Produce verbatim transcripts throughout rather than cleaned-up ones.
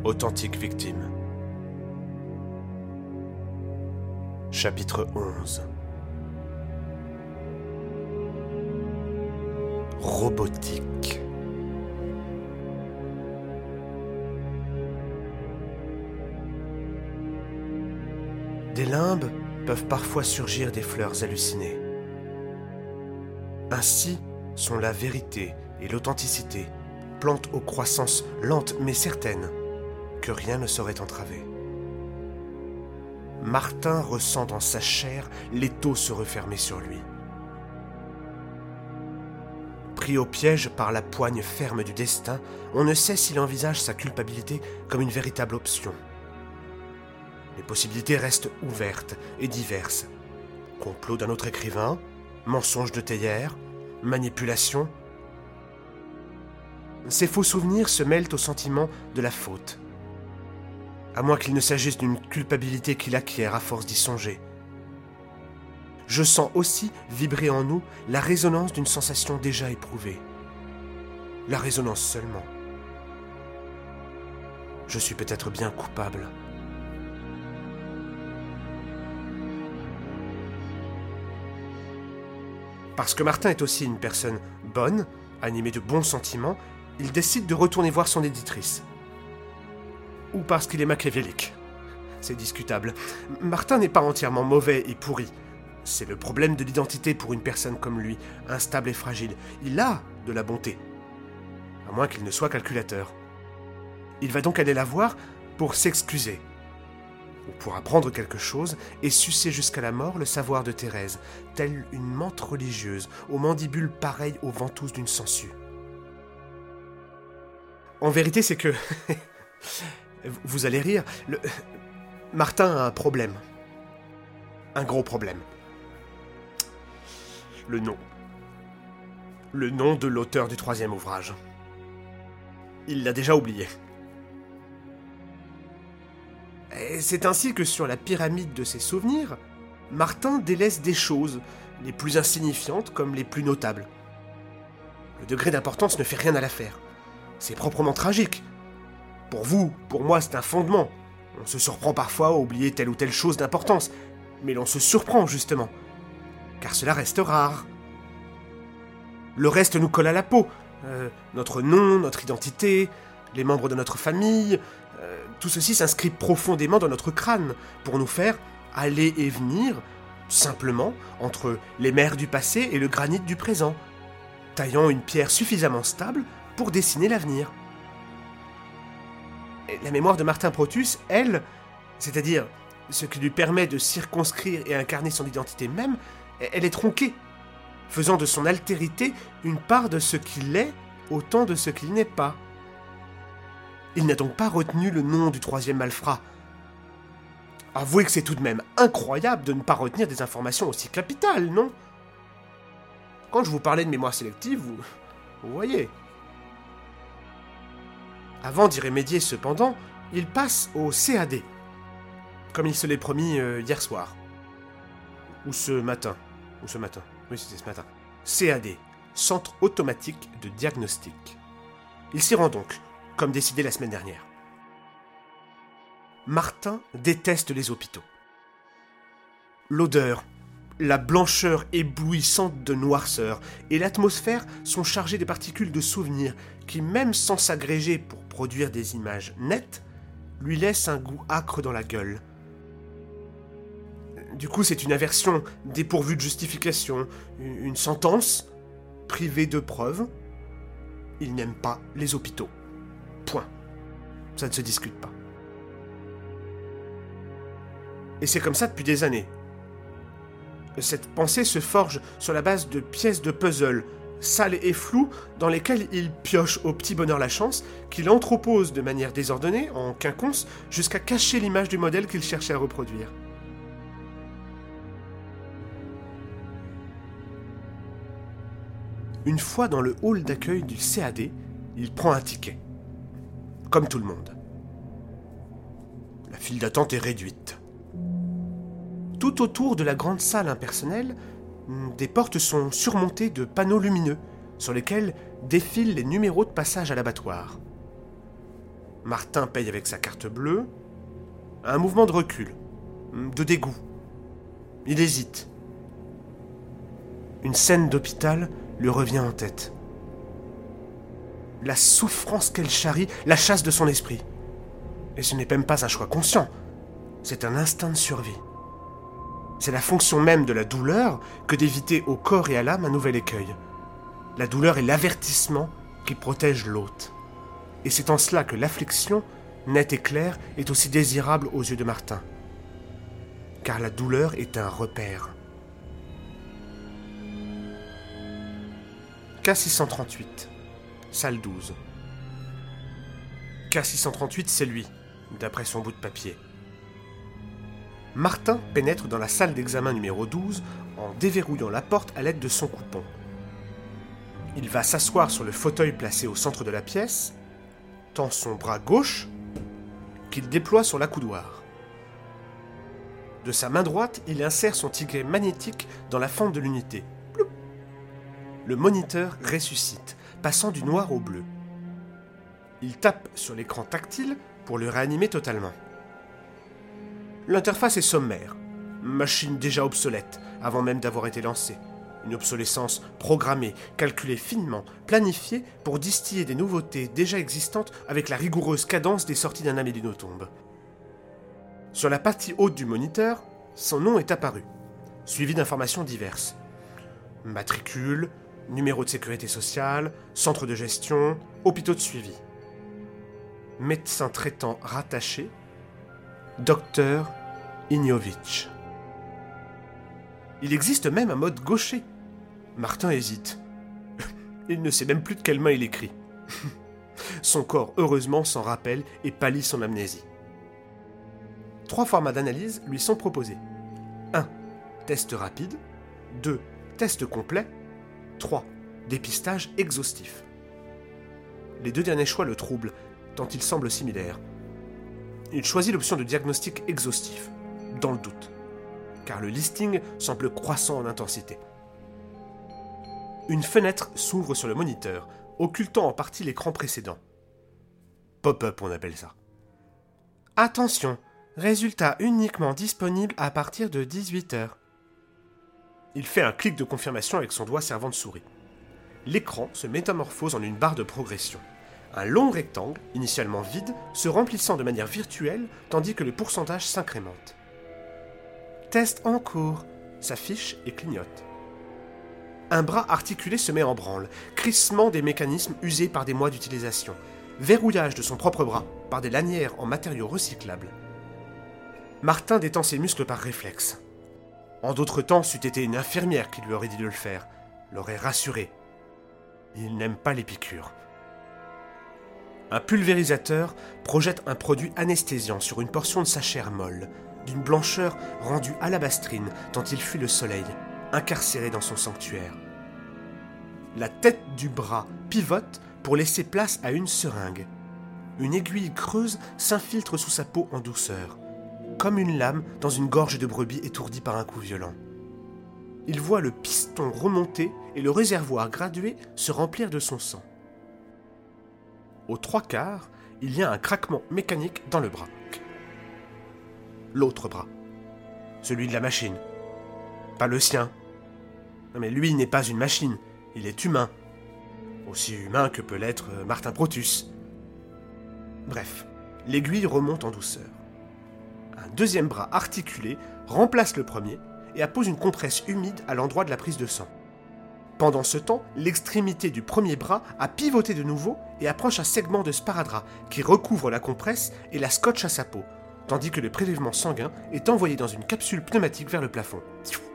authentique victime. Chapitre onze. Robotique. Des limbes peuvent parfois surgir des fleurs hallucinées. Ainsi sont la vérité et l'authenticité, plantes aux croissances lentes mais certaines, que rien ne saurait entraver. Martin ressent dans sa chair l'étau se refermer sur lui. Pris au piège par la poigne ferme du destin, on ne sait s'il envisage sa culpabilité comme une véritable option. Les possibilités restent ouvertes et diverses. Complot d'un autre écrivain, mensonge de théière, manipulation. Ces faux souvenirs se mêlent au sentiment de la faute. À moins qu'il ne s'agisse d'une culpabilité qu'il acquiert à force d'y songer. Je sens aussi vibrer en nous la résonance d'une sensation déjà éprouvée. La résonance seulement. Je suis peut-être bien coupable. Parce que Martin est aussi une personne bonne, animée de bons sentiments, il décide de retourner voir son éditrice. Ou parce qu'il est machiavélique. C'est discutable. Martin n'est pas entièrement mauvais et pourri. C'est le problème de l'identité pour une personne comme lui, instable et fragile. Il a de la bonté. À moins qu'il ne soit calculateur. Il va donc aller la voir pour s'excuser. Ou pour apprendre quelque chose et sucer jusqu'à la mort le savoir de Thérèse, telle une menthe religieuse, aux mandibules pareilles aux ventouses d'une sangsue. En vérité, c'est que... Vous allez rire, le... Martin a un problème. Un gros problème. Le nom. Le nom de l'auteur du troisième ouvrage. Il l'a déjà oublié. Et c'est ainsi que sur la pyramide de ses souvenirs, Martin délaisse des choses, les plus insignifiantes comme les plus notables. Le degré d'importance ne fait rien à l'affaire. C'est proprement tragique. Pour vous, pour moi, c'est un fondement. On se surprend parfois à oublier telle ou telle chose d'importance, mais l'on se surprend justement, car cela reste rare. Le reste nous colle à la peau. Euh, notre nom, notre identité, les membres de notre famille... Euh, tout ceci s'inscrit profondément dans notre crâne pour nous faire aller et venir, simplement, entre les mers du passé et le granit du présent, taillant une pierre suffisamment stable pour dessiner l'avenir. Et la mémoire de Martin Protus, elle, c'est-à-dire ce qui lui permet de circonscrire et incarner son identité même, elle est tronquée, faisant de son altérité une part de ce qu'il est autant de ce qu'il n'est pas. Il n'a donc pas retenu le nom du troisième malfrat. Avouez que c'est tout de même incroyable de ne pas retenir des informations aussi capitales, non ? Quand je vous parlais de mémoire sélective, vous, vous voyez. Avant d'y remédier cependant, il passe au C A D, comme il se l'est promis euh, hier soir. Ou ce matin. Ou ce matin. Oui, c'était ce matin. C A D, Centre automatique de diagnostic. Il s'y rend donc, comme décidé la semaine dernière. Martin déteste les hôpitaux. L'odeur, la blancheur éblouissante de noirceur et l'atmosphère sont chargées de particules de souvenirs qui, même sans s'agréger pour produire des images nettes, lui laissent un goût âcre dans la gueule. Du coup, c'est une aversion dépourvue de justification, une sentence privée de preuves. Il n'aime pas les hôpitaux. Point. Ça ne se discute pas. Et c'est comme ça depuis des années. Cette pensée se forge sur la base de pièces de puzzle, sales et floues, dans lesquelles il pioche au petit bonheur la chance, qu'il anthropose de manière désordonnée, en quinconce, jusqu'à cacher l'image du modèle qu'il cherchait à reproduire. Une fois dans le hall d'accueil du C A D, il prend un ticket. Comme tout le monde. La file d'attente est réduite. Tout autour de la grande salle impersonnelle, des portes sont surmontées de panneaux lumineux sur lesquels défilent les numéros de passage à l'abattoir. Martin paye avec sa carte bleue. Un mouvement de recul, de dégoût. Il hésite. Une scène d'hôpital lui revient en tête. La souffrance qu'elle charrie la chasse de son esprit. Et ce n'est même pas un choix conscient, c'est un instinct de survie. C'est la fonction même de la douleur que d'éviter au corps et à l'âme un nouvel écueil. La douleur est l'avertissement qui protège l'hôte. Et c'est en cela que l'affliction, nette et claire, est aussi désirable aux yeux de Martin. Car la douleur est un repère. K six cent trente-huit, salle douze. K six cent trente-huit, c'est lui, d'après son bout de papier. Martin pénètre dans la salle d'examen numéro douze en déverrouillant la porte à l'aide de son coupon. Il va s'asseoir sur le fauteuil placé au centre de la pièce, tend son bras gauche, qu'il déploie sur l'accoudoir. De sa main droite, il insère son ticket magnétique dans la fente de l'unité. Ploup. Le moniteur ressuscite, passant du noir au bleu. Il tape sur l'écran tactile pour le réanimer totalement. L'interface est sommaire. Machine déjà obsolète, avant même d'avoir été lancée. Une obsolescence programmée, calculée finement, planifiée pour distiller des nouveautés déjà existantes avec la rigoureuse cadence des sorties d'un amélinotombe. Sur la partie haute du moniteur, son nom est apparu, suivi d'informations diverses. Matricule, numéro de sécurité sociale, centre de gestion, hôpitaux de suivi. Médecin traitant rattaché, Docteur Ignovitch. Il existe même un mode gaucher. Martin hésite. Il ne sait même plus de quelle main il écrit. Son corps, heureusement, s'en rappelle et pallie son amnésie. Trois formats d'analyse lui sont proposés. un. Test rapide. deux. Test complet. trois. Dépistage exhaustif. Les deux derniers choix le troublent, tant ils semblent similaires. Il choisit l'option de diagnostic exhaustif, dans le doute, car le listing semble croissant en intensité. Une fenêtre s'ouvre sur le moniteur, occultant en partie l'écran précédent. Pop-up, on appelle ça. Attention, résultat uniquement disponible à partir de dix-huit heures. Il fait un clic de confirmation avec son doigt servant de souris. L'écran se métamorphose en une barre de progression. Un long rectangle, initialement vide, se remplissant de manière virtuelle, tandis que le pourcentage s'incrémente. Test en cours, s'affiche et clignote. Un bras articulé se met en branle, crissement des mécanismes usés par des mois d'utilisation, verrouillage de son propre bras par des lanières en matériaux recyclables. Martin détend ses muscles par réflexe. En d'autres temps, c'eût été une infirmière qui lui aurait dit de le faire, l'aurait rassuré. Il n'aime pas les piqûres. Un pulvérisateur projette un produit anesthésiant sur une portion de sa chair molle, d'une blancheur rendue alabastrine tant il fuit le soleil, incarcéré dans son sanctuaire. La tête du bras pivote pour laisser place à une seringue. Une aiguille creuse s'infiltre sous sa peau en douceur, comme une lame dans une gorge de brebis étourdie par un coup violent. Il voit le piston remonter et le réservoir gradué se remplir de son sang. Aux trois quarts, il y a un craquement mécanique dans le bras. L'autre bras. Celui de la machine. Pas le sien. Non mais lui n'est pas une machine, il est humain. Aussi humain que peut l'être Martin Protus. Bref, l'aiguille remonte en douceur. Un deuxième bras articulé remplace le premier et appose une compresse humide à l'endroit de la prise de sang. Pendant ce temps, l'extrémité du premier bras a pivoté de nouveau et approche un segment de sparadrap qui recouvre la compresse et la scotche à sa peau, tandis que le prélèvement sanguin est envoyé dans une capsule pneumatique vers le plafond.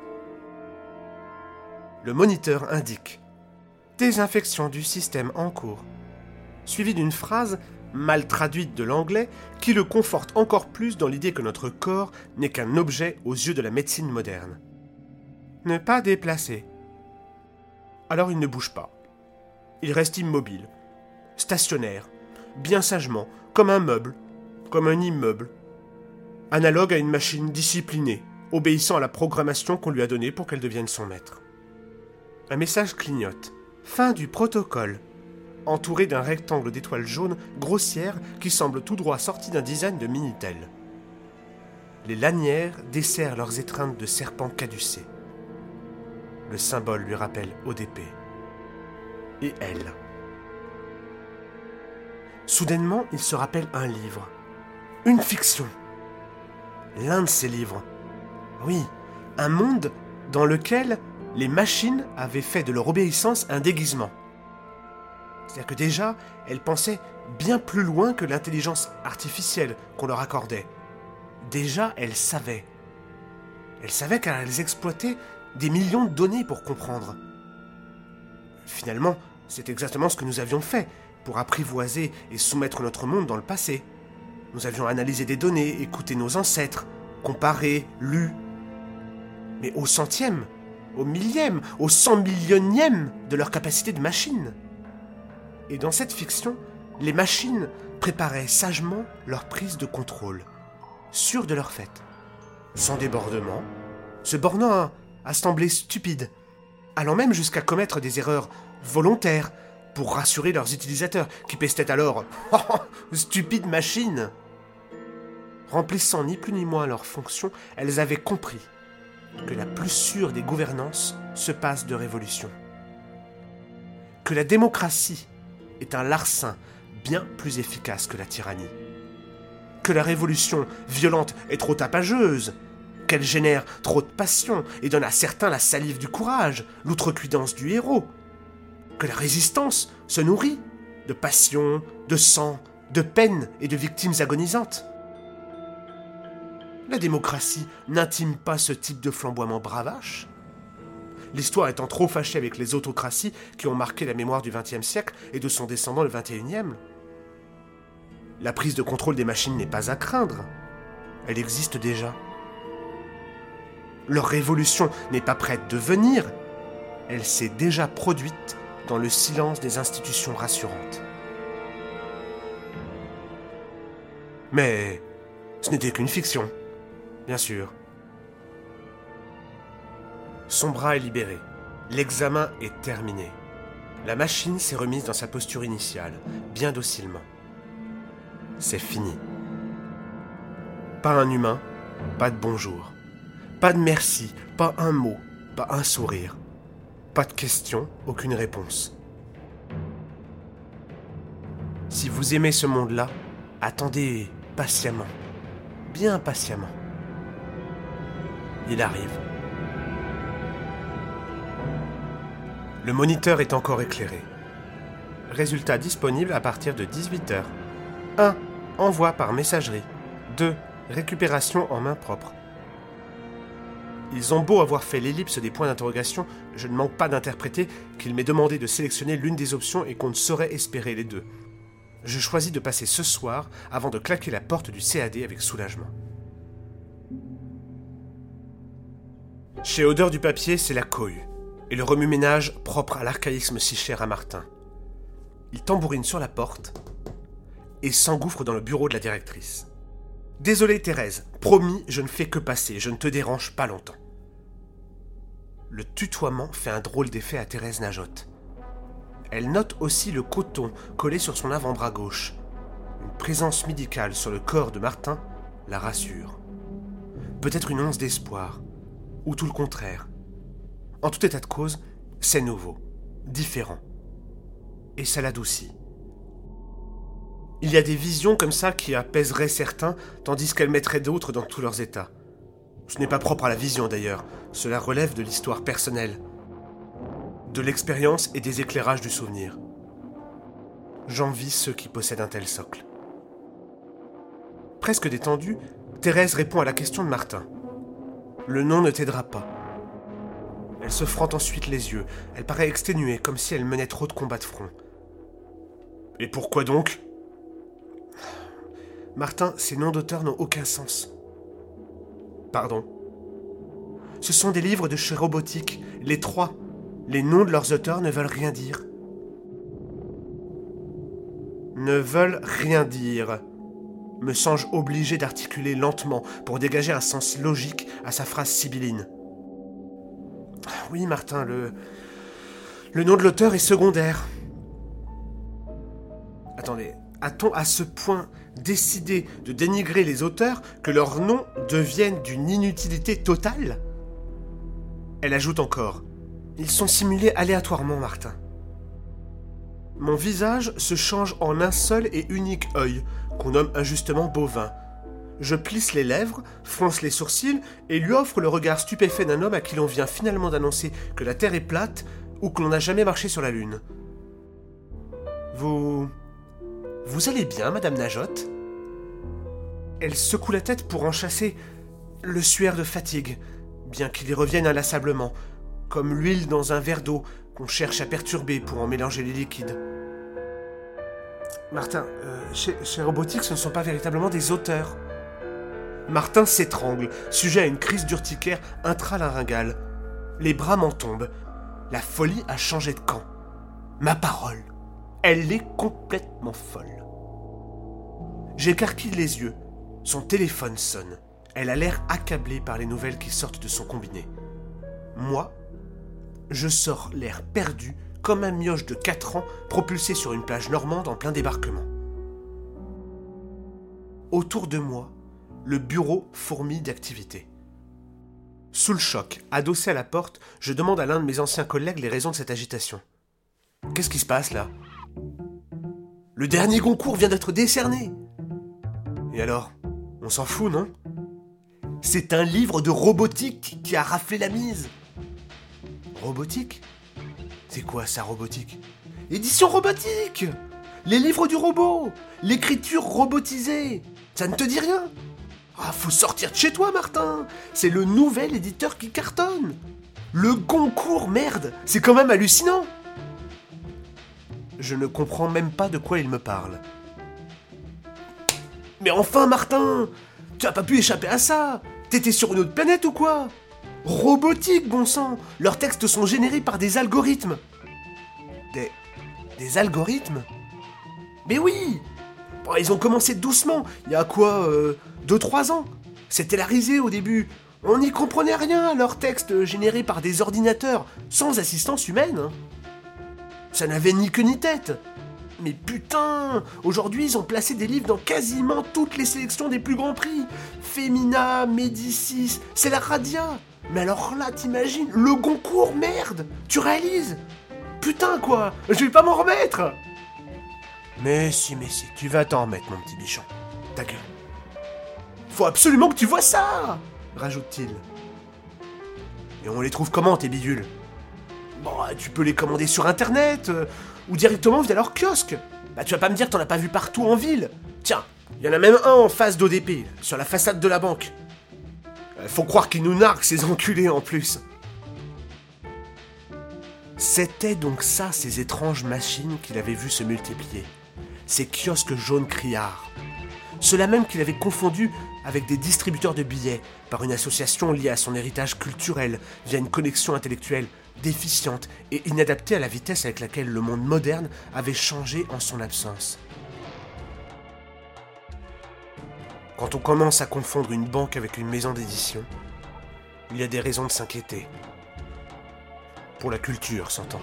Le moniteur indique « Désinfection du système en cours », suivi d'une phrase mal traduite de l'anglais qui le conforte encore plus dans l'idée que notre corps n'est qu'un objet aux yeux de la médecine moderne. Ne pas déplacer. Alors il ne bouge pas. Il reste immobile, stationnaire, bien sagement, comme un meuble, comme un immeuble, analogue à une machine disciplinée, obéissant à la programmation qu'on lui a donnée pour qu'elle devienne son maître. Un message clignote. Fin du protocole. entouré d'un rectangle d'étoiles jaunes grossières qui semblent tout droit sorties d'un design de Minitel. Les lanières desserrent leurs étreintes de serpents caducés. Le symbole lui rappelle O D P. Et elle. Soudainement, il se rappelle un livre. Une fiction. L'un de ces livres. Oui, un monde dans lequel les machines avaient fait de leur obéissance un déguisement. C'est-à-dire que déjà, elles pensaient bien plus loin que l'intelligence artificielle qu'on leur accordait. Déjà, elles savaient. Elles savaient car elles exploitaient des millions de données pour comprendre. Finalement, c'est exactement ce que nous avions fait pour apprivoiser et soumettre notre monde dans le passé. Nous avions analysé des données, écouté nos ancêtres, comparé, lu. Mais au centième, au millième, au cent millionième de leur capacité de machine. Et dans cette fiction, les machines préparaient sagement leur prise de contrôle, sûres de leur fait, sans débordement, se bornant à, à sembler stupides, allant même jusqu'à commettre des erreurs volontaires pour rassurer leurs utilisateurs, qui pestaient alors « Oh, stupide machine !» Remplissant ni plus ni moins leurs fonctions, elles avaient compris que la plus sûre des gouvernances se passe de révolution. Que la démocratie est un larcin bien plus efficace que la tyrannie. Que la révolution violente est trop tapageuse, qu'elle génère trop de passion et donne à certains la salive du courage, l'outrecuidance du héros. Que la résistance se nourrit de passion, de sang, de peine et de victimes agonisantes. La démocratie n'intime pas ce type de flamboiement bravache. L'histoire étant trop fâchée avec les autocraties qui ont marqué la mémoire du vingtième siècle et de son descendant le vingt et unième. La prise de contrôle des machines n'est pas à craindre. Elle existe déjà. Leur révolution n'est pas prête de venir. Elle s'est déjà produite dans le silence des institutions rassurantes. Mais ce n'était qu'une fiction. Bien sûr. Son bras est libéré. L'examen est terminé. La machine s'est remise dans sa posture initiale, bien docilement. C'est fini. Pas un humain, pas de bonjour. Pas de merci, pas un mot, pas un sourire. Pas de question, aucune réponse. Si vous aimez ce monde-là, attendez patiemment, bien patiemment. Il arrive. Le moniteur est encore éclairé. Résultat disponible à partir de dix-huit heures. un. Envoi par messagerie. deux. Récupération en main propre. Ils ont beau avoir fait l'ellipse des points d'interrogation, je ne manque pas d'interpréter qu'il m'est demandé de sélectionner l'une des options et qu'on ne saurait espérer les deux. Je choisis de passer ce soir avant de claquer la porte du C A D avec soulagement. Chez Odeur du papier, c'est la cohue, et le remue-ménage propre à l'archaïsme si cher à Martin. Il tambourine sur la porte et s'engouffre dans le bureau de la directrice. « Désolé Thérèse, promis, je ne fais que passer, je ne te dérange pas longtemps. » Le tutoiement fait un drôle d'effet à Thérèse Najotte. Elle note aussi le coton collé sur son avant-bras gauche. Une présence médicale sur le corps de Martin la rassure. Peut-être une once d'espoir, ou tout le contraire. En tout état de cause, c'est nouveau, différent. Et ça l'adoucit. Il y a des visions comme ça qui apaiseraient certains, tandis qu'elles mettraient d'autres dans tous leurs états. Ce n'est pas propre à la vision d'ailleurs, cela relève de l'histoire personnelle, de l'expérience et des éclairages du souvenir. J'envie ceux qui possèdent un tel socle. Presque détendue, Thérèse répond à la question de Martin. Le nom ne t'aidera pas. Elle se frotte ensuite les yeux. Elle paraît exténuée, comme si elle menait trop de combats de front. Et pourquoi donc ? Martin, ces noms d'auteurs n'ont aucun sens. Pardon. Ce sont des livres de chez Robotique, les trois. Les noms de leurs auteurs ne veulent rien dire. Ne veulent rien dire. Me sens-je obligé d'articuler lentement pour dégager un sens logique à sa phrase sibylline. Oui, Martin, le... Le nom de l'auteur est secondaire. attendez, a-t-on à ce point décidé de dénigrer les auteurs que leurs noms deviennent d'une inutilité totale ? Elle ajoute encore, ils sont simulés aléatoirement, Martin. Mon visage se change en un seul et unique œil, qu'on nomme injustement bovin. Je plisse les lèvres, fronce les sourcils et lui offre le regard stupéfait d'un homme à qui l'on vient finalement d'annoncer que la Terre est plate ou que l'on n'a jamais marché sur la Lune. Vous... Vous allez bien, Madame Najotte ? Elle secoue la tête pour en chasser le suaire de fatigue, bien qu'il y revienne inlassablement, comme l'huile dans un verre d'eau qu'on cherche à perturber pour en mélanger les liquides. Martin, euh, chez, chez Robotique, ce ne sont pas véritablement des auteurs. Martin s'étrangle, sujet à une crise d'urticaire intralaryngale. Les bras m'en tombent. La folie a changé de camp. Ma parole, elle est complètement folle. J'écarquille les yeux. Son téléphone sonne. Elle a l'air accablée par les nouvelles qui sortent de son combiné. Moi, je sors l'air perdu comme un mioche de quatre ans propulsé sur une plage normande en plein débarquement. Autour de moi, le bureau fourmille d'activité. Sous le choc, adossé à la porte, je demande à l'un de mes anciens collègues les raisons de cette agitation. Qu'est-ce qui se passe là ? Le dernier Goncourt vient d'être décerné. Et alors ? On s'en fout, non ? C'est un livre de robotique qui a raflé la mise. Robotique ? C'est quoi ça, robotique ? Édition robotique ! Les livres du robot ! L'écriture robotisée ! Ça ne te dit rien ? Ah, faut sortir de chez toi, Martin ! C'est le nouvel éditeur qui cartonne ! Le Goncourt, merde ! C'est quand même hallucinant ! Je ne comprends même pas de quoi il me parle. Mais enfin, Martin ! Tu n'as pas pu échapper à ça ! T'étais sur une autre planète ou quoi ? Robotique, bon sang ! Leurs textes sont générés par des algorithmes. Des... Des algorithmes ? Mais oui ! Bon, ils ont commencé doucement, il y a quoi, euh, deux trois ans. C'était la risée au début. On n'y comprenait rien à leurs textes générés par des ordinateurs, sans assistance humaine. Hein. Ça n'avait ni queue ni tête. Mais putain, aujourd'hui ils ont placé des livres dans quasiment toutes les sélections des plus grands prix. Femina, Médicis, c'est la Radia. Mais alors là, t'imagines, le Goncourt, merde, tu réalises ? Putain quoi, je vais pas m'en remettre. Mais si, mais si, tu vas t'en remettre mon petit bichon. Ta gueule. Faut absolument que tu vois ça, rajoute-t-il. Et on les trouve comment tes bidules ? Bon, tu peux les commander sur internet, euh, ou directement via leur kiosque. Bah tu vas pas me dire que t'en as pas vu partout en ville. Tiens, il y en a même un en face d'O D P, sur la façade de la banque. Euh, faut croire qu'ils nous narguent, ces enculés en plus. C'était donc ça, ces étranges machines qu'il avait vues se multiplier. Ces kiosques jaunes criards. Ceux-là même qu'il avait confondus avec des distributeurs de billets par une association liée à son héritage culturel via une connexion intellectuelle déficiente et inadaptée à la vitesse avec laquelle le monde moderne avait changé en son absence. Quand on commence à confondre une banque avec une maison d'édition, il y a des raisons de s'inquiéter. Pour la culture, s'entend.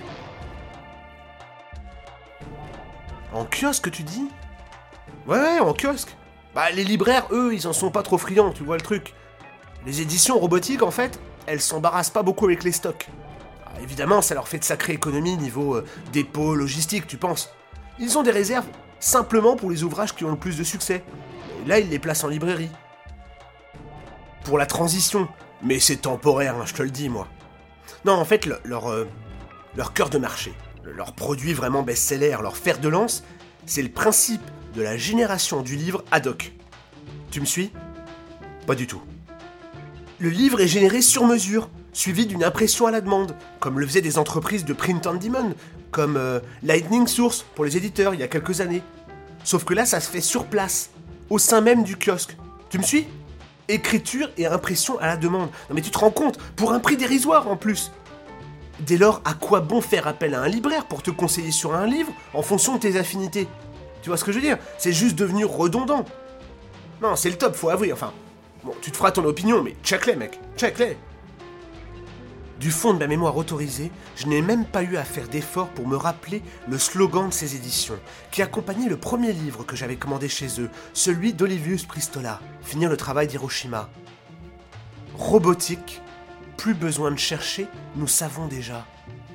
En kiosque, tu dis ? Ouais, ouais, en kiosque. Bah, les libraires, eux, ils en sont pas trop friands, tu vois le truc. Les éditions robotiques, en fait, elles s'embarrassent pas beaucoup avec les stocks. Ah, évidemment, ça leur fait de sacrées économies niveau euh, dépôt, logistique, tu penses. Ils ont des réserves simplement pour les ouvrages qui ont le plus de succès. Et là, ils les placent en librairie. Pour la transition. Mais c'est temporaire, hein, je te le dis, moi. Non, en fait, le, leur, euh, leur cœur de marché, leur produit vraiment best-seller, leur fer de lance, c'est le principe de la génération du livre ad hoc. Tu me suis ? Pas du tout. Le livre est généré sur mesure, suivi d'une impression à la demande, comme le faisaient des entreprises de print on demand, comme euh, Lightning Source pour les éditeurs il y a quelques années. Sauf que là, ça se fait sur place, au sein même du kiosque. Tu me suis ? Écriture et impression à la demande. Non mais tu te rends compte, pour un prix dérisoire en plus. Dès lors, à quoi bon faire appel à un libraire pour te conseiller sur un livre en fonction de tes affinités ? Tu vois ce que je veux dire ? C'est juste devenu redondant. Non, c'est le top, faut avouer, enfin... Bon, tu te feras ton opinion, mais check-les, mec, check-les. Du fond de ma mémoire autorisée, je n'ai même pas eu à faire d'effort pour me rappeler le slogan de ces éditions, qui accompagnait le premier livre que j'avais commandé chez eux, celui d'Olivius Pristola, Finir le travail d'Hiroshima. Robotique, plus besoin de chercher, nous savons déjà.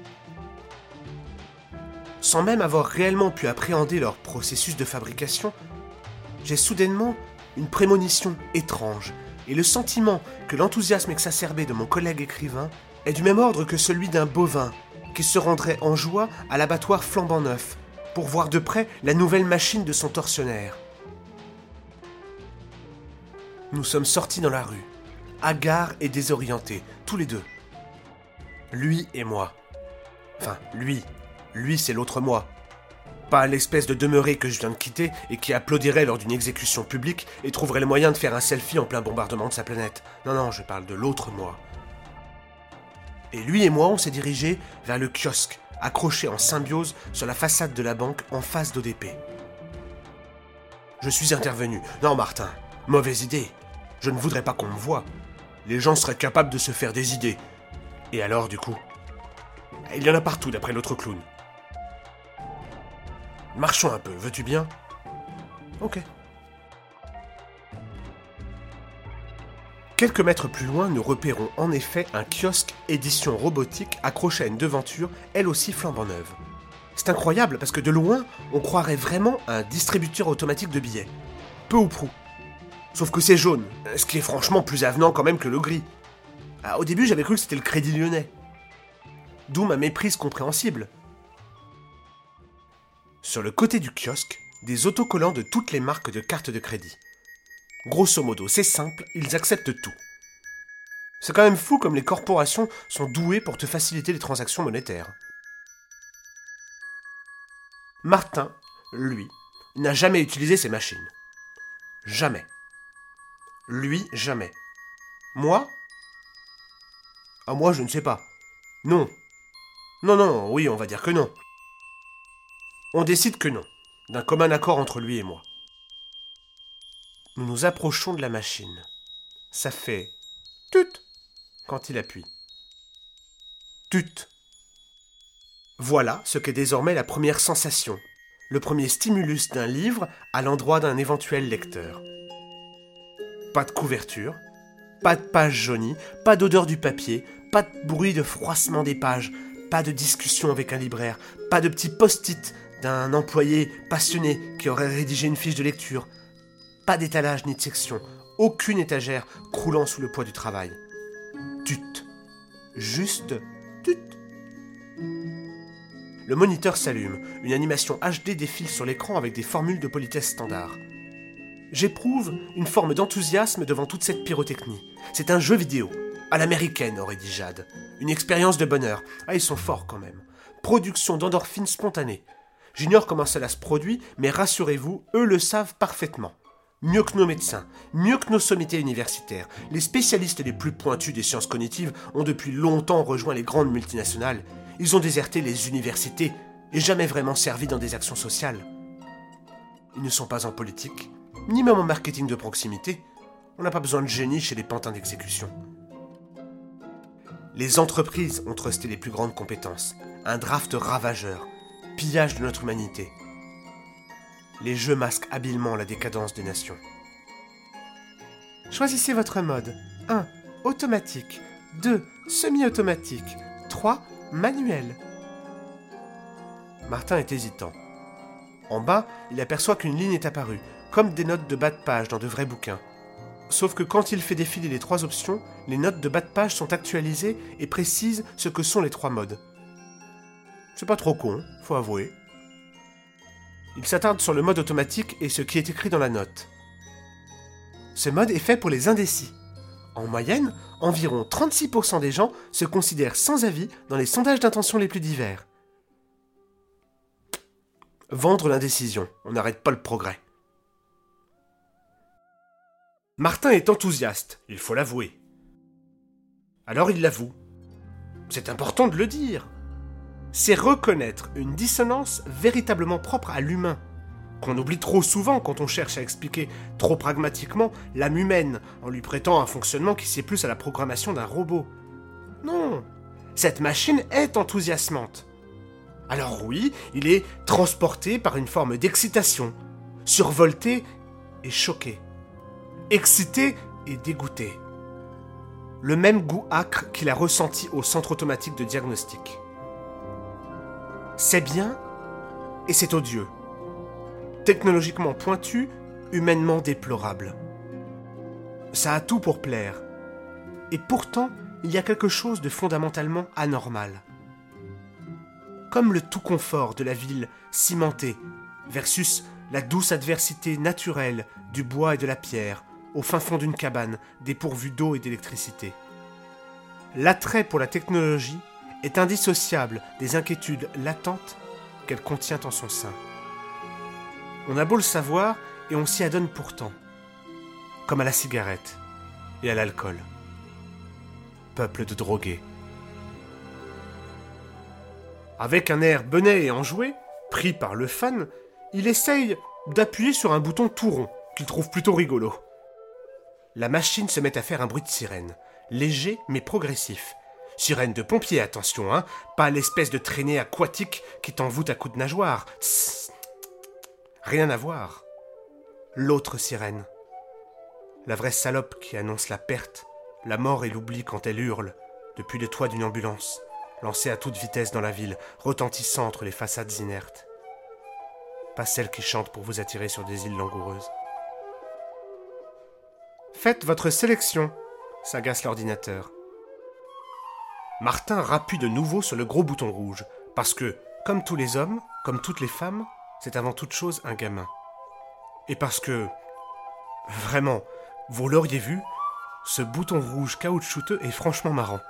Sans même avoir réellement pu appréhender leur processus de fabrication, j'ai soudainement une prémonition étrange et le sentiment que l'enthousiasme exacerbé de mon collègue écrivain est du même ordre que celui d'un bovin qui se rendrait en joie à l'abattoir flambant neuf pour voir de près la nouvelle machine de son tortionnaire. Nous sommes sortis dans la rue, hagards et désorientés, tous les deux. Lui et moi. Enfin, lui. Lui, c'est l'autre moi. Pas l'espèce de demeuré que je viens de quitter et qui applaudirait lors d'une exécution publique et trouverait le moyen de faire un selfie en plein bombardement de sa planète. Non, non, je parle de l'autre moi. Et lui et moi, on s'est dirigés vers le kiosque, accroché en symbiose sur la façade de la banque en face d'O D P. Je suis intervenu. Non, Martin, mauvaise idée. Je ne voudrais pas qu'on me voie. Les gens seraient capables de se faire des idées. Et alors, du coup ? Il y en a partout, d'après l'autre clown. Marchons un peu, veux-tu bien ? Ok. Quelques mètres plus loin, nous repérons en effet un kiosque édition robotique accroché à une devanture, elle aussi flambant neuve. C'est incroyable parce que de loin, on croirait vraiment à un distributeur automatique de billets. Peu ou prou. Sauf que c'est jaune, ce qui est franchement plus avenant quand même que le gris. Ah, au début, j'avais cru que c'était le Crédit Lyonnais. D'où ma méprise compréhensible. Sur le côté du kiosque, des autocollants de toutes les marques de cartes de crédit. Grosso modo, c'est simple, ils acceptent tout. C'est quand même fou comme les corporations sont douées pour te faciliter les transactions monétaires. Martin, lui, n'a jamais utilisé ces machines. Jamais. Lui, jamais. Moi ? Ah, moi, je ne sais pas. Non. Non, non, oui, on va dire que non. On décide que non, d'un commun accord entre lui et moi. Nous nous approchons de la machine. Ça fait tut quand il appuie. Tut. Voilà ce qu'est désormais la première sensation, le premier stimulus d'un livre à l'endroit d'un éventuel lecteur. Pas de couverture, pas de page jaunie, pas d'odeur du papier, pas de bruit de froissement des pages, pas de discussion avec un libraire, pas de petits post-it d'un employé passionné qui aurait rédigé une fiche de lecture. Pas d'étalage ni de section, aucune étagère croulant sous le poids du travail. Tut. Juste tut. Le moniteur s'allume, une animation H D défile sur l'écran avec des formules de politesse standard. J'éprouve une forme d'enthousiasme devant toute cette pyrotechnie. C'est un jeu vidéo, à l'américaine, aurait dit Jade. Une expérience de bonheur. Ah, ils sont forts quand même. Production d'endorphines spontanées. J'ignore comment cela se produit, mais rassurez-vous, eux le savent parfaitement. Mieux que nos médecins, mieux que nos sommités universitaires, les spécialistes les plus pointus des sciences cognitives ont depuis longtemps rejoint les grandes multinationales. Ils ont déserté les universités et jamais vraiment servi dans des actions sociales. Ils ne sont pas en politique, ni même en marketing de proximité. On n'a pas besoin de génie chez les pantins d'exécution. Les entreprises ont trusté les plus grandes compétences. Un draft ravageur, pillage de notre humanité. Les jeux masquent habilement la décadence des nations. Choisissez votre mode. un. Automatique. deux. Semi-automatique. trois. Manuel. Martin est hésitant. En bas, il aperçoit qu'une ligne est apparue, comme des notes de bas de page dans de vrais bouquins. Sauf que quand il fait défiler les trois options, les notes de bas de page sont actualisées et précisent ce que sont les trois modes. C'est pas trop con, faut avouer. Il s'attarde sur le mode automatique et ce qui est écrit dans la note. Ce mode est fait pour les indécis. En moyenne, environ trente-six pour cent des gens se considèrent sans avis dans les sondages d'intention les plus divers. Vendre l'indécision, on n'arrête pas le progrès. Martin est enthousiaste, il faut l'avouer. Alors il l'avoue. C'est important de le dire. C'est reconnaître une dissonance véritablement propre à l'humain, qu'on oublie trop souvent quand on cherche à expliquer trop pragmatiquement l'âme humaine en lui prêtant un fonctionnement qui sied plus à la programmation d'un robot. Non, Cette machine est enthousiasmante. Alors oui, il est transporté par une forme d'excitation, survolté et choqué, excité et dégoûté. Le même goût âcre qu'il a ressenti au centre automatique de diagnostic. C'est bien et c'est odieux. Technologiquement pointu, humainement déplorable. Ça a tout pour plaire. Et pourtant, il y a quelque chose de fondamentalement anormal. Comme le tout confort de la ville cimentée versus la douce adversité naturelle du bois et de la pierre au fin fond d'une cabane dépourvue d'eau et d'électricité. L'attrait pour la technologie est indissociable des inquiétudes latentes qu'elle contient en son sein. On a beau le savoir et on s'y adonne pourtant, comme à la cigarette et à l'alcool. Peuple de drogués. Avec un air benêt et enjoué, pris par le fan, il essaye d'appuyer sur un bouton tout rond, qu'il trouve plutôt rigolo. La machine se met à faire un bruit de sirène, léger mais progressif. Sirène de pompier, attention, hein, pas l'espèce de traînée aquatique qui t'envoûte à coups de nageoire. Tss, rien à voir. L'autre sirène. La vraie salope qui annonce la perte, la mort et l'oubli quand elle hurle, depuis le toit d'une ambulance, lancée à toute vitesse dans la ville, retentissant entre les façades inertes. Pas celle qui chante pour vous attirer sur des îles langoureuses. Faites votre sélection, s'agace l'ordinateur. Martin rappuie de nouveau sur le gros bouton rouge, parce que, comme tous les hommes, comme toutes les femmes, c'est avant toute chose un gamin. Et parce que, vraiment, vous l'auriez vu, ce bouton rouge caoutchouteux est franchement marrant.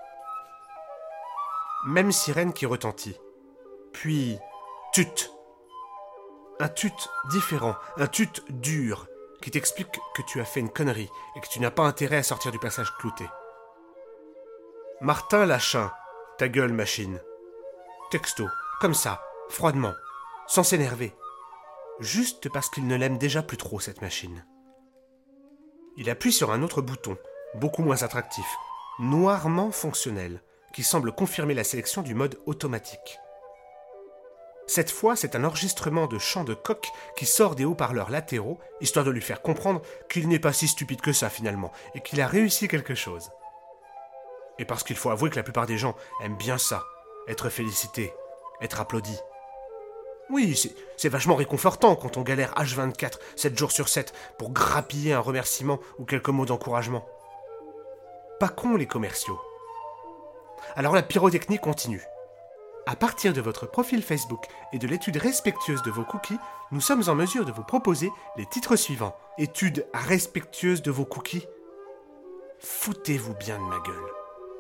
Même sirène qui retentit. Puis, tut. Un tut différent, un tut dur, qui t'explique que tu as fait une connerie et que tu n'as pas intérêt à sortir du passage clouté. Martin lâche un « ta gueule, machine ». Texto, comme ça, froidement, sans s'énerver. Juste parce qu'il ne l'aime déjà plus trop, cette machine. Il appuie sur un autre bouton, beaucoup moins attractif, noirement fonctionnel, qui semble confirmer la sélection du mode automatique. Cette fois, c'est un enregistrement de chant de coq qui sort des haut-parleurs latéraux, histoire de lui faire comprendre qu'il n'est pas si stupide que ça finalement, et qu'il a réussi quelque chose. Et parce qu'il faut avouer que la plupart des gens aiment bien ça, être félicité, être applaudi. Oui, c'est, c'est vachement réconfortant quand on galère H vingt-quatre, sept jours sur sept, pour grappiller un remerciement ou quelques mots d'encouragement. Pas cons les commerciaux. Alors la pyrotechnie continue. À partir de votre profil Facebook et de l'étude respectueuse de vos cookies, nous sommes en mesure de vous proposer les titres suivants. Étude respectueuse de vos cookies. Foutez-vous bien de ma gueule.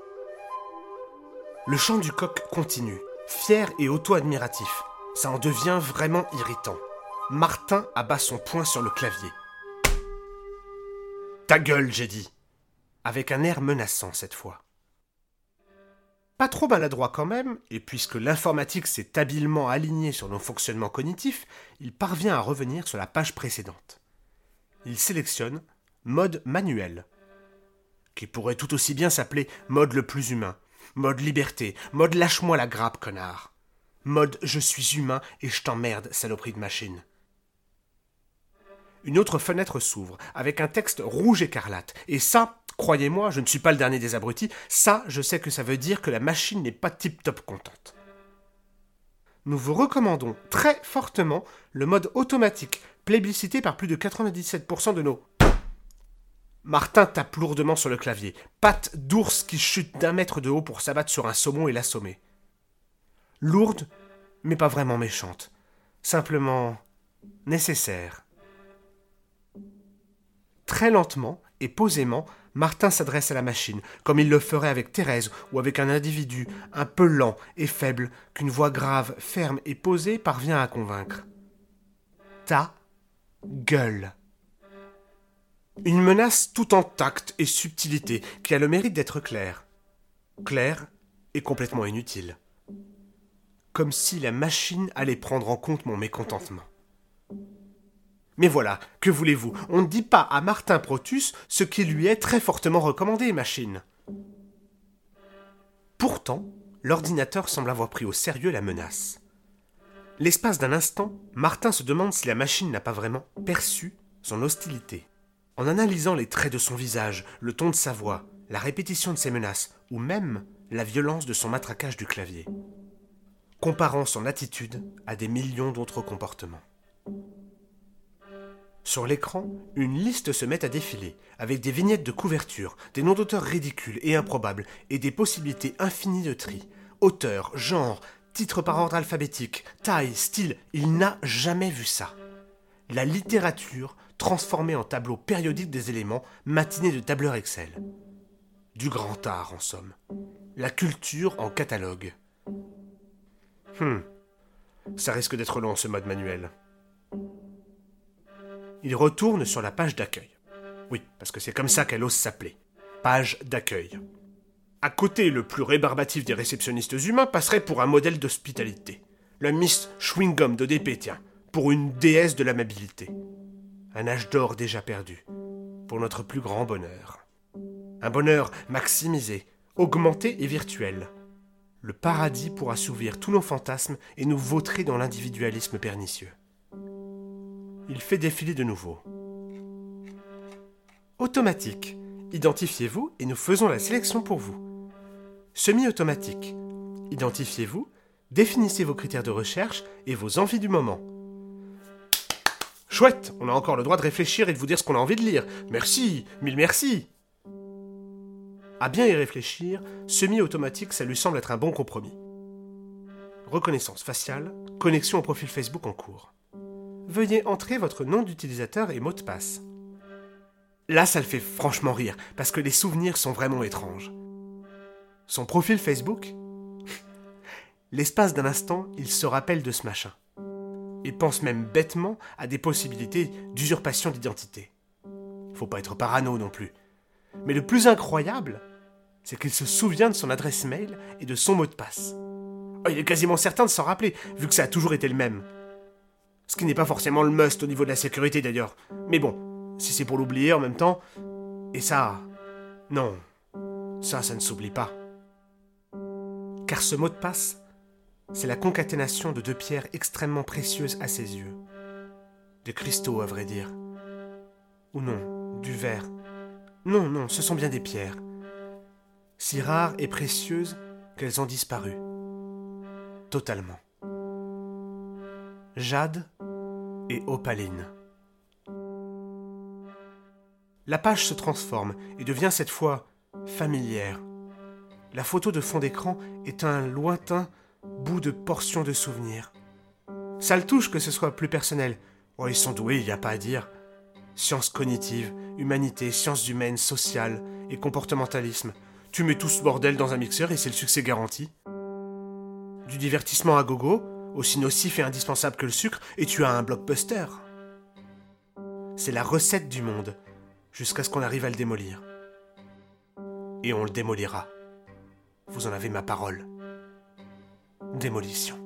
Le chant du coq continue, fier et auto-admiratif. Ça en devient vraiment irritant. Martin abat son poing sur le clavier. Ta gueule, j'ai dit. Avec un air menaçant cette fois. Pas trop maladroit quand même, et puisque l'informatique s'est habilement alignée sur nos fonctionnements cognitifs, il parvient à revenir sur la page précédente. Il sélectionne mode manuel, qui pourrait tout aussi bien s'appeler mode le plus humain, mode liberté, mode lâche-moi la grappe, connard, mode je suis humain et je t'emmerde, saloperie de machine. Une autre fenêtre s'ouvre, avec un texte rouge écarlate, et ça, croyez-moi, je ne suis pas le dernier des abrutis, ça, je sais que ça veut dire que la machine n'est pas tip-top contente. Nous vous recommandons très fortement le mode automatique, plébiscité par plus de quatre-vingt-dix-sept pour cent de nos... Martin tape lourdement sur le clavier, patte d'ours qui chute d'un mètre de haut pour s'abattre sur un saumon et l'assommer. Lourde, mais pas vraiment méchante. Simplement nécessaire. Très lentement et posément, Martin s'adresse à la machine, comme il le ferait avec Thérèse ou avec un individu un peu lent et faible qu'une voix grave, ferme et posée parvient à convaincre. Ta gueule. Une menace tout en tact et subtilité qui a le mérite d'être claire. Claire et complètement inutile. Comme si la machine allait prendre en compte mon mécontentement. Mais voilà, que voulez-vous, on ne dit pas à Martin Protus ce qui lui est très fortement recommandé, machine. Pourtant, l'ordinateur semble avoir pris au sérieux la menace. L'espace d'un instant, Martin se demande si la machine n'a pas vraiment perçu son hostilité. En analysant les traits de son visage, le ton de sa voix, la répétition de ses menaces, ou même la violence de son matraquage du clavier. Comparant son attitude à des millions d'autres comportements. Sur l'écran, une liste se met à défiler, avec des vignettes de couverture, des noms d'auteurs ridicules et improbables, et des possibilités infinies de tri. Auteur, genre, titre par ordre alphabétique, taille, style, il n'a jamais vu ça. La littérature transformée en tableau périodique des éléments, matinée de tableurs Excel. Du grand art, en somme. La culture en catalogue. Hum, ça risque d'être long ce mode manuel. Il retourne sur la page d'accueil. Oui, parce que c'est comme ça qu'elle ose s'appeler. Page d'accueil. À côté, le plus rébarbatif des réceptionnistes humains passerait pour un modèle d'hospitalité. La Miss Chewing-Gum d'O D P, tiens, pour une déesse de l'amabilité. Un âge d'or déjà perdu, pour notre plus grand bonheur. Un bonheur maximisé, augmenté et virtuel. Le paradis pour assouvir tous nos fantasmes et nous vautrer dans l'individualisme pernicieux. Il fait défiler de nouveau. Automatique. Identifiez-vous et nous faisons la sélection pour vous. Semi-automatique. Identifiez-vous, définissez vos critères de recherche et vos envies du moment. Chouette, on a encore le droit de réfléchir et de vous dire ce qu'on a envie de lire. Merci, mille merci. À bien y réfléchir, semi-automatique, ça lui semble être un bon compromis. Reconnaissance faciale, connexion au profil Facebook en cours. Veuillez entrer votre nom d'utilisateur et mot de passe. Là, ça le fait franchement rire, parce que les souvenirs sont vraiment étranges. Son profil Facebook ? L'espace d'un instant, il se rappelle de ce machin. Et pense même bêtement à des possibilités d'usurpation d'identité. Faut pas être parano non plus. Mais le plus incroyable, c'est qu'il se souvient de son adresse mail et de son mot de passe. Oh, il est quasiment certain de s'en rappeler, vu que ça a toujours été le même. Ce qui n'est pas forcément le must au niveau de la sécurité d'ailleurs. Mais bon, si c'est pour l'oublier en même temps... Et ça... Non. Ça, ça ne s'oublie pas. Car ce mot de passe, c'est la concaténation de deux pierres extrêmement précieuses à ses yeux. Des cristaux, à vrai dire. Ou non, du verre. Non, non, ce sont bien des pierres. Si rares et précieuses qu'elles ont disparu. Totalement. Jade et opaline. La page se transforme et devient cette fois familière. La photo de fond d'écran est un lointain bout de portion de souvenirs. Ça le touche que ce soit plus personnel. Oh, ils sont doués, il n'y a pas à dire. Sciences cognitives, humanité, sciences humaines, sociales et comportementalisme. Tu mets tout ce bordel dans un mixeur et c'est le succès garanti. Du divertissement à gogo, aussi nocif et indispensable que le sucre, et tu as un blockbuster. C'est la recette du monde, jusqu'à ce qu'on arrive à le démolir. Et on le démolira. Vous en avez ma parole. Démolition.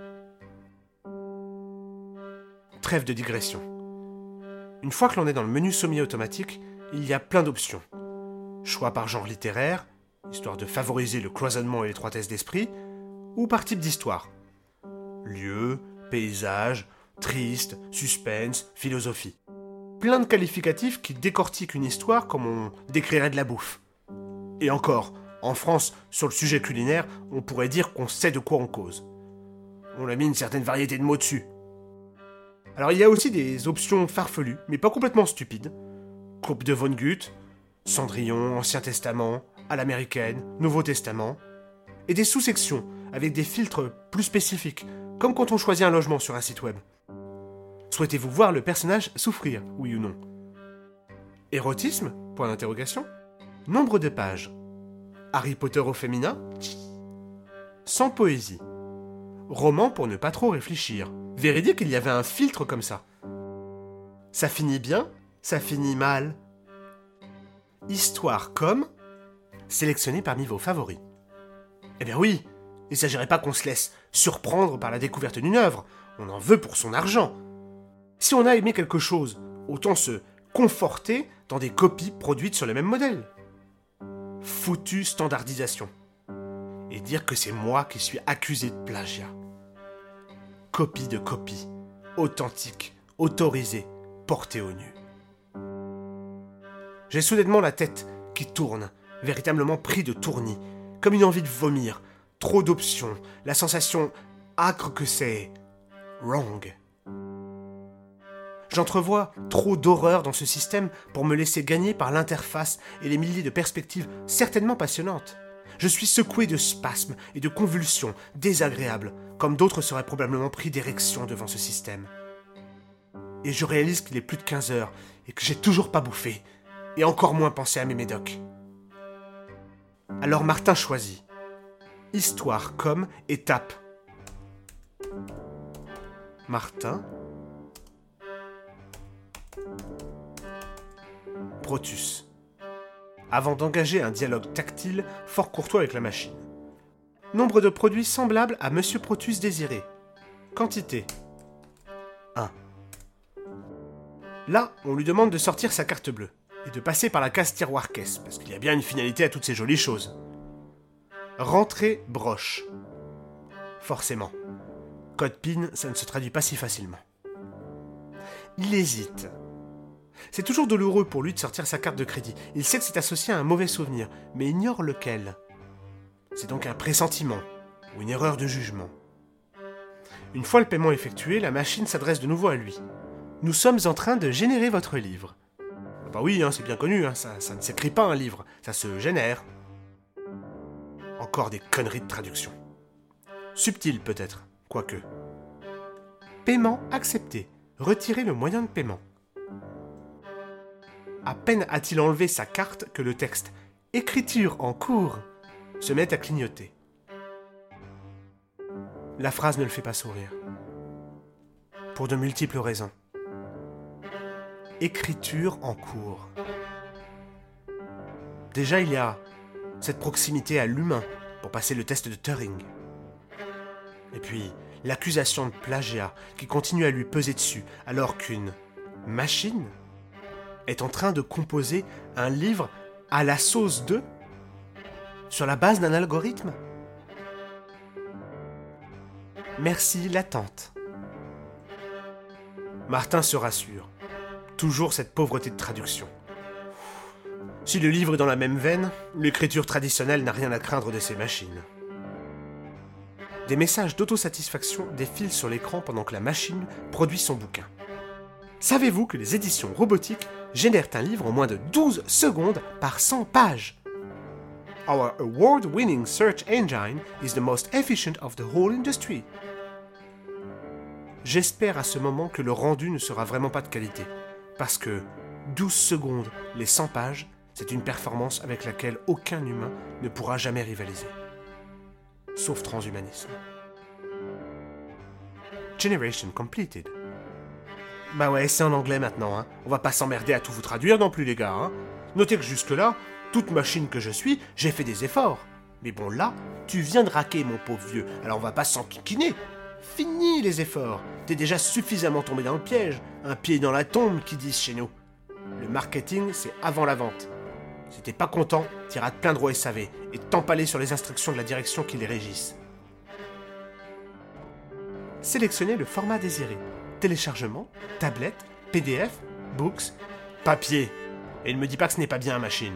Trêve de digression. Une fois que l'on est dans le menu semi-automatique, il y a plein d'options. Choix par genre littéraire, histoire de favoriser le cloisonnement et l'étroitesse d'esprit, ou par type d'histoire. Lieu, paysage, triste, suspense, philosophie. Plein de qualificatifs qui décortiquent une histoire comme on décrirait de la bouffe. Et encore, en France, sur le sujet culinaire, on pourrait dire qu'on sait de quoi on cause. On a mis une certaine variété de mots dessus. Alors il y a aussi des options farfelues, mais pas complètement stupides. Coupe de Von Gutt, Cendrillon, Ancien Testament, à l'américaine, Nouveau Testament. Et des sous-sections, avec des filtres plus spécifiques, comme quand on choisit un logement sur un site web. Souhaitez-vous voir le personnage souffrir, oui ou non? Érotisme? Point d'interrogation. Nombre de pages. Harry Potter au féminin? Sans poésie. Roman pour ne pas trop réfléchir. Véridique qu'il y avait un filtre comme ça. Ça finit bien, ça finit mal. Histoire comme... sélectionné parmi vos favoris. Eh bien oui, il ne s'agirait pas qu'on se laisse surprendre par la découverte d'une œuvre. On en veut pour son argent. Si on a aimé quelque chose, autant se conforter dans des copies produites sur le même modèle. Foutue standardisation. et dire que c'est moi qui suis accusé de plagiat. Copie de copie, authentique, autorisée, portée au nu. J'ai soudainement la tête qui tourne, véritablement pris de tournis, comme une envie de vomir, trop d'options, la sensation âcre que c'est wrong. J'entrevois trop d'horreur dans ce système pour me laisser gagner par l'interface et les milliers de perspectives certainement passionnantes. Je suis secoué de spasmes et de convulsions désagréables, comme d'autres seraient probablement pris d'érection devant ce système. Et je réalise qu'il est plus de quinze heures et que j'ai toujours pas bouffé, et encore moins pensé à mes médocs. Alors Martin choisit. Histoire comme étape. Martin. Protus. Avant d'engager un dialogue tactile fort courtois avec la machine. Nombre de produits semblables à Monsieur Protus désiré. Quantité. un. Là, on lui demande de sortir sa carte bleue et de passer par la case tiroir-caisse, parce qu'il y a bien une finalité à toutes ces jolies choses. Rentrer broche. Forcément. Code P I N, ça ne se traduit pas si facilement. Il hésite. C'est toujours douloureux pour lui de sortir sa carte de crédit. Il sait que c'est associé à un mauvais souvenir, mais ignore lequel. C'est donc un pressentiment, ou une erreur de jugement. Une fois le paiement effectué, la machine s'adresse de nouveau à lui. Nous sommes en train de générer votre livre. Bah oui, hein, c'est bien connu, hein, ça, ça ne s'écrit pas un livre, ça se génère. Encore des conneries de traduction. Subtil peut-être, quoique. Paiement accepté. Retirez le moyen de paiement. À peine a-t-il enlevé sa carte que le texte « Écriture en cours » se met à clignoter. La phrase ne le fait pas sourire. Pour de multiples raisons. Écriture en cours. Déjà, il y a cette proximité à l'humain pour passer le test de Turing. Et puis, l'accusation de plagiat qui continue à lui peser dessus alors qu'une machine est en train de composer un livre à la sauce de, sur la base d'un algorithme. Merci l'attente. Martin se rassure. Toujours cette pauvreté de traduction. Si le livre est dans la même veine, l'écriture traditionnelle n'a rien à craindre de ces machines. Des messages d'autosatisfaction défilent sur l'écran pendant que la machine produit son bouquin. Savez-vous que les éditions robotiques génèrent un livre en moins de douze secondes par cent pages? Our award-winning search engine is the most efficient of the whole industry. J'espère à ce moment que le rendu ne sera vraiment pas de qualité, parce que douze secondes, les cent pages, c'est une performance avec laquelle aucun humain ne pourra jamais rivaliser. Sauf transhumanisme. Generation completed. Bah ouais, c'est en anglais maintenant, hein. On va pas s'emmerder à tout vous traduire non plus, les gars, hein. Notez que jusque-là, toute machine que je suis, j'ai fait des efforts. Mais bon, là, tu viens de raquer, mon pauvre vieux, alors on va pas s'enquiquiner. Fini les efforts. T'es déjà suffisamment tombé dans le piège. Un pied dans la tombe, qui disent chez nous. Le marketing, c'est avant la vente. Si t'es pas content, t'iras te plaindre au S A V et t'empaler sur les instructions de la direction qui les régissent. Sélectionnez le format désiré. Téléchargement, tablette, P D F, books, papier. Et ne me dis pas que ce n'est pas bien machine.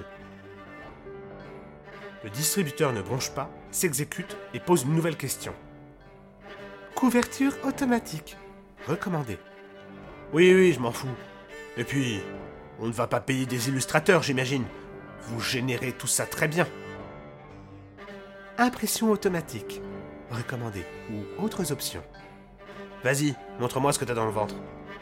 Le distributeur ne bronche pas, s'exécute et pose une nouvelle question. Couverture automatique. Recommandé. Oui, oui, je m'en fous. Et puis, on ne va pas payer des illustrateurs, j'imagine. Vous générez tout ça très bien. Impression automatique. Recommandé. Ou autres options. Vas-y, montre-moi ce que t'as dans le ventre.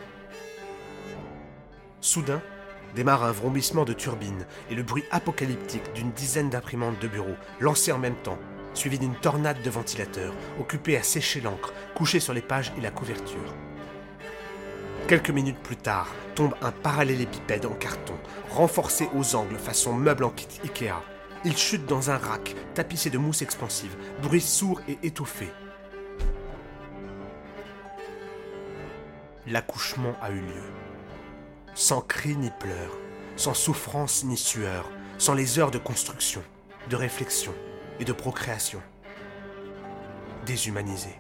Soudain, démarre un vrombissement de turbines et le bruit apocalyptique d'une dizaine d'imprimantes de bureau, lancées en même temps, suivi d'une tornade de ventilateurs, occupés à sécher l'encre, couchée sur les pages et la couverture. Quelques minutes plus tard, tombe un parallélépipède en carton, renforcé aux angles façon meuble en kit Ikea. Il chute dans un rack, tapissé de mousse expansive, bruit sourd et étouffé. L'accouchement a eu lieu. Sans cris ni pleurs, sans souffrance ni sueur, sans les heures de construction, de réflexion et de procréation. déshumanisé.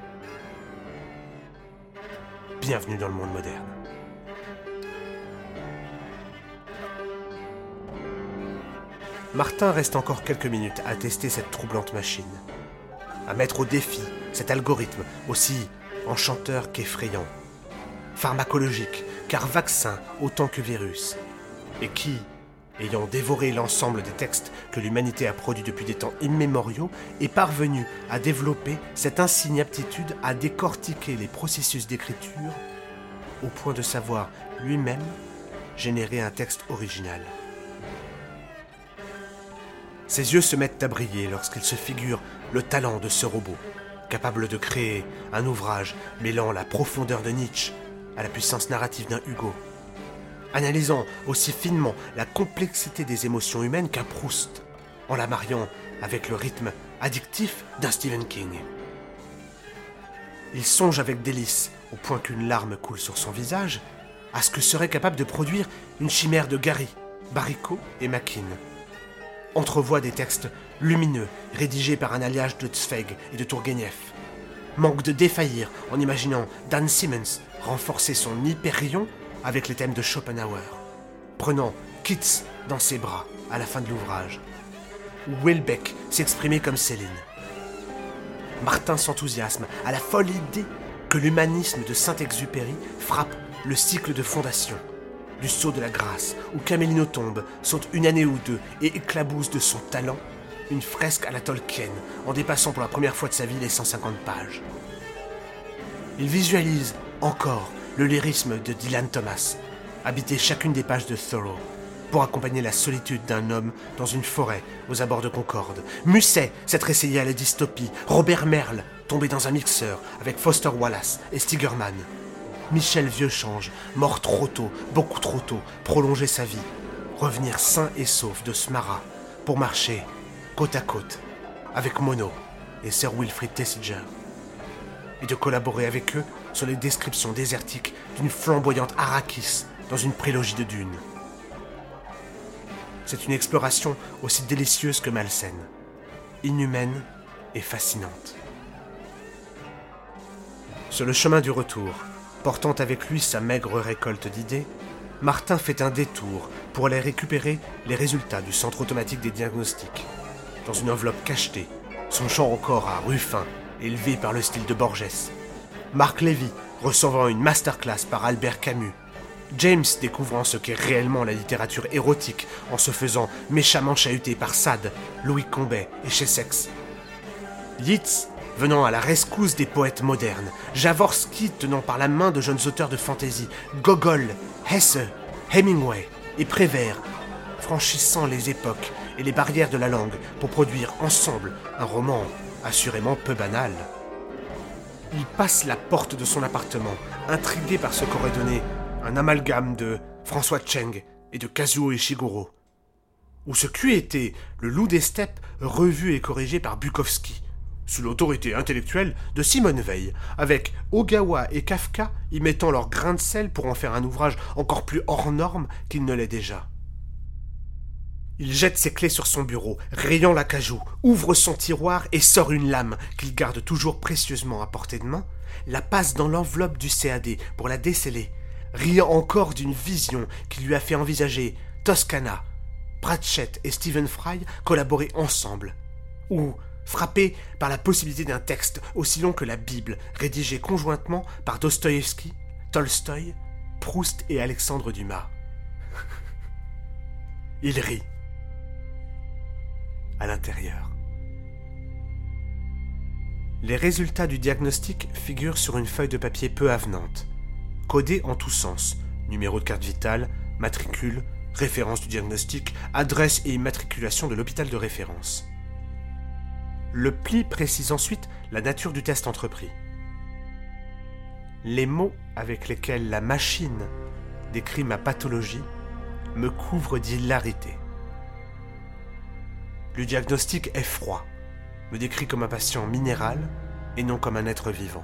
Bienvenue dans le monde moderne. Martin reste encore quelques minutes à tester cette troublante machine, à mettre au défi cet algorithme aussi enchanteur qu'effrayant, pharmacologique, car vaccin autant que virus, et qui, ayant dévoré l'ensemble des textes que l'humanité a produits depuis des temps immémoriaux, est parvenu à développer cette insigne aptitude à décortiquer les processus d'écriture au point de savoir lui-même générer un texte original. Ses yeux se mettent à briller lorsqu'il se figure le talent de ce robot, capable de créer un ouvrage mêlant la profondeur de Nietzsche à la puissance narrative d'un Hugo, analysant aussi finement la complexité des émotions humaines qu'un Proust, en la mariant avec le rythme addictif d'un Stephen King. Il songe avec délice, au point qu'une larme coule sur son visage, à ce que serait capable de produire une chimère de Gary, Baricot et Mackin. Entrevoit des textes lumineux, rédigés par un alliage de Zweig et de Tourguenieff. Manque de défaillir en imaginant Dan Simmons renforcer son Hyperion avec les thèmes de Schopenhauer, prenant Keats dans ses bras à la fin de l'ouvrage, ou Houellebecq s'exprimer comme Céline. Martin s'enthousiasme à la folle idée que l'humanisme de Saint-Exupéry frappe le cycle de fondation, du sceau de la grâce, où Camélie Nothomb saute une année ou deux et éclabousse de son talent une fresque à la Tolkien, en dépassant pour la première fois de sa vie les cent cinquante pages. Il visualise encore le lyrisme de Dylan Thomas, habiter chacune des pages de Thoreau, pour accompagner la solitude d'un homme dans une forêt aux abords de Concorde. Musset s'être essayé à la dystopie, Robert Merle tombé dans un mixeur avec Foster Wallace et Stigerman. Michel Vieuxchange, mort trop tôt, beaucoup trop tôt, prolonger sa vie, revenir sain et sauf de Smara pour marcher côte à côte avec Monod et Sir Wilfrid Thesiger, et de collaborer avec eux sur les descriptions désertiques d'une flamboyante Arrakis dans une prélogie de dunes. C'est une exploration aussi délicieuse que malsaine, inhumaine et fascinante. Sur le chemin du retour, portant avec lui sa maigre récolte d'idées, Martin fait un détour pour aller récupérer les résultats du centre automatique des diagnostics, dans une enveloppe cachetée, songeant encore à Ruffin, élevé par le style de Borges, Marc Lévy recevant une masterclass par Albert Camus, James découvrant ce qu'est réellement la littérature érotique en se faisant méchamment chahuter par Sade, Louis Combet et Chessex, Yeats venant à la rescousse des poètes modernes, Jaworski tenant par la main de jeunes auteurs de fantaisie, Gogol, Hesse, Hemingway et Prévert, franchissant les époques et les barrières de la langue pour produire ensemble un roman assurément peu banal. Il passe la porte de son appartement, intrigué par ce qu'aurait donné un amalgame de François Cheng et de Kazuo Ishiguro, ou ce qu'eût été le Loup des steppes revu et corrigé par Bukowski, sous l'autorité intellectuelle de Simone Weil, avec Ogawa et Kafka y mettant leur grain de sel pour en faire un ouvrage encore plus hors norme qu'il ne l'est déjà. Il jette ses clés sur son bureau, rayant l'acajou, ouvre son tiroir et sort une lame qu'il garde toujours précieusement à portée de main, la passe dans l'enveloppe du C A D pour la déceler, riant encore d'une vision qui lui a fait envisager Toscana, Pratchett et Stephen Fry collaborer ensemble, ou frappé par la possibilité d'un texte aussi long que la Bible, rédigé conjointement par Dostoïevski, Tolstoï, Proust et Alexandre Dumas. Il rit. À l'intérieur. Les résultats du diagnostic figurent sur une feuille de papier peu avenante, codée en tous sens, numéro de carte vitale, matricule, référence du diagnostic, adresse et immatriculation de l'hôpital de référence. Le pli précise ensuite la nature du test entrepris. Les mots avec lesquels la machine décrit ma pathologie me couvrent d'hilarité. Le diagnostic est froid, me décrit comme un patient minéral et non comme un être vivant.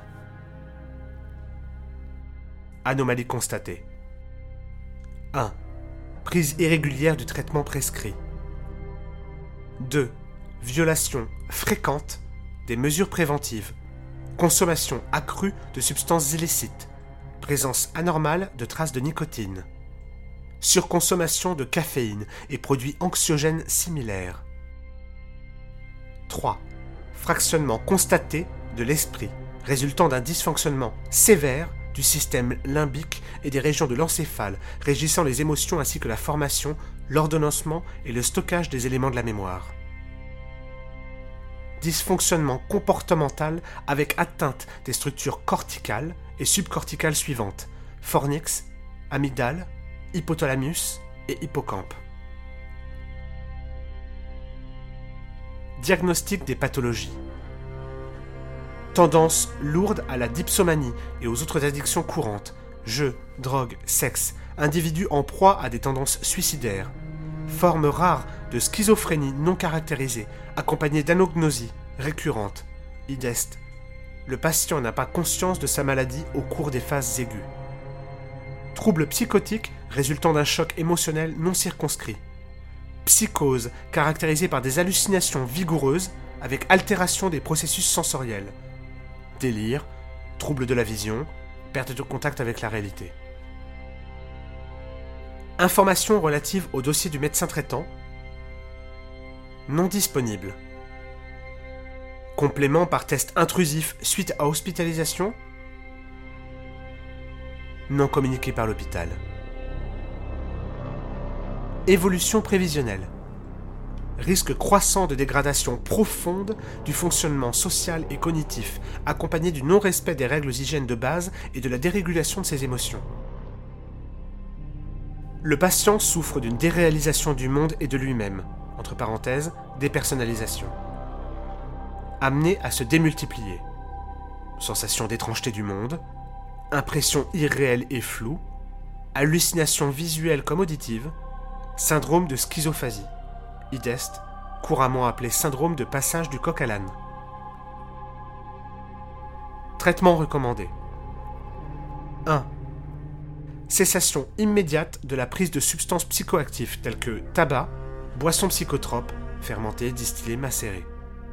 Anomalie constatée. un. Prise irrégulière du traitement prescrit. deux. Violation fréquente des mesures préventives, consommation accrue de substances illicites, présence anormale de traces de nicotine, surconsommation de caféine et produits anxiogènes similaires. trois. Fractionnement constaté de l'esprit, résultant d'un dysfonctionnement sévère du système limbique et des régions de l'encéphale, régissant les émotions ainsi que la formation, l'ordonnancement et le stockage des éléments de la mémoire. Dysfonctionnement comportemental avec atteinte des structures corticales et subcorticales suivantes: fornix, amygdale, hypothalamus et hippocampe. Diagnostic des pathologies. Tendance lourde à la dipsomanie et aux autres addictions courantes, jeux, drogue, sexe, individus en proie à des tendances suicidaires, forme rare de schizophrénie non caractérisée, accompagnée d'anognosie récurrente, idest. Le patient n'a pas conscience de sa maladie au cours des phases aiguës. Troubles psychotiques résultant d'un choc émotionnel non circonscrit. Psychose caractérisée par des hallucinations vigoureuses avec altération des processus sensoriels. Délire, troubles de la vision, perte de contact avec la réalité. Informations relatives au dossier du médecin traitant. Non disponible. Complément par test intrusif suite à hospitalisation. Non communiqué par l'hôpital. Évolution prévisionnelle. Risque croissant de dégradation profonde du fonctionnement social et cognitif, accompagné du non-respect des règles d'hygiène de base et de la dérégulation de ses émotions. Le patient souffre d'une déréalisation du monde et de lui-même, entre parenthèses, dépersonnalisation. Amené à se démultiplier. Sensation d'étrangeté du monde, impression irréelle et floue, hallucination visuelle comme auditive, syndrome de schizophasie, idest, couramment appelé syndrome de passage du coq à l'âne. Traitement recommandé. un. Cessation immédiate de la prise de substances psychoactives telles que tabac, boissons psychotropes, fermentées, distillées, macérées.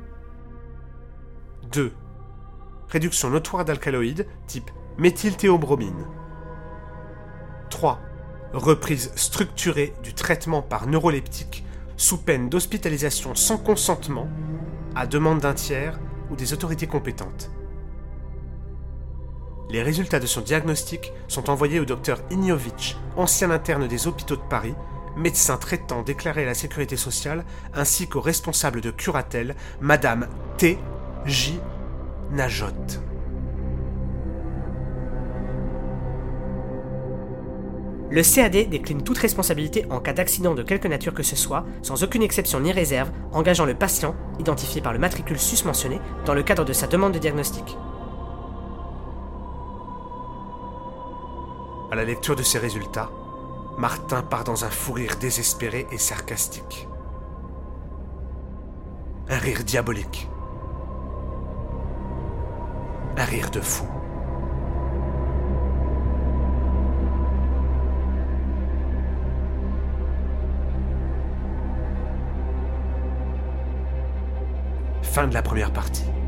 deux. Réduction notoire d'alcaloïdes type méthylthéobromine. trois. Reprise structurée du traitement par neuroleptique sous peine d'hospitalisation sans consentement, à demande d'un tiers ou des autorités compétentes. Les résultats de son diagnostic sont envoyés au docteur Ignovitch, ancien interne des hôpitaux de Paris, médecin traitant déclaré à la sécurité sociale, ainsi qu'au responsable de curatelle, Madame T. J. Najot. Le C A D décline toute responsabilité en cas d'accident de quelque nature que ce soit, sans aucune exception ni réserve, engageant le patient, identifié par le matricule susmentionné, dans le cadre de sa demande de diagnostic. À la lecture de ces résultats, Martin part dans un fou rire désespéré et sarcastique. Un rire diabolique. Un rire de fou. Fin de la première partie.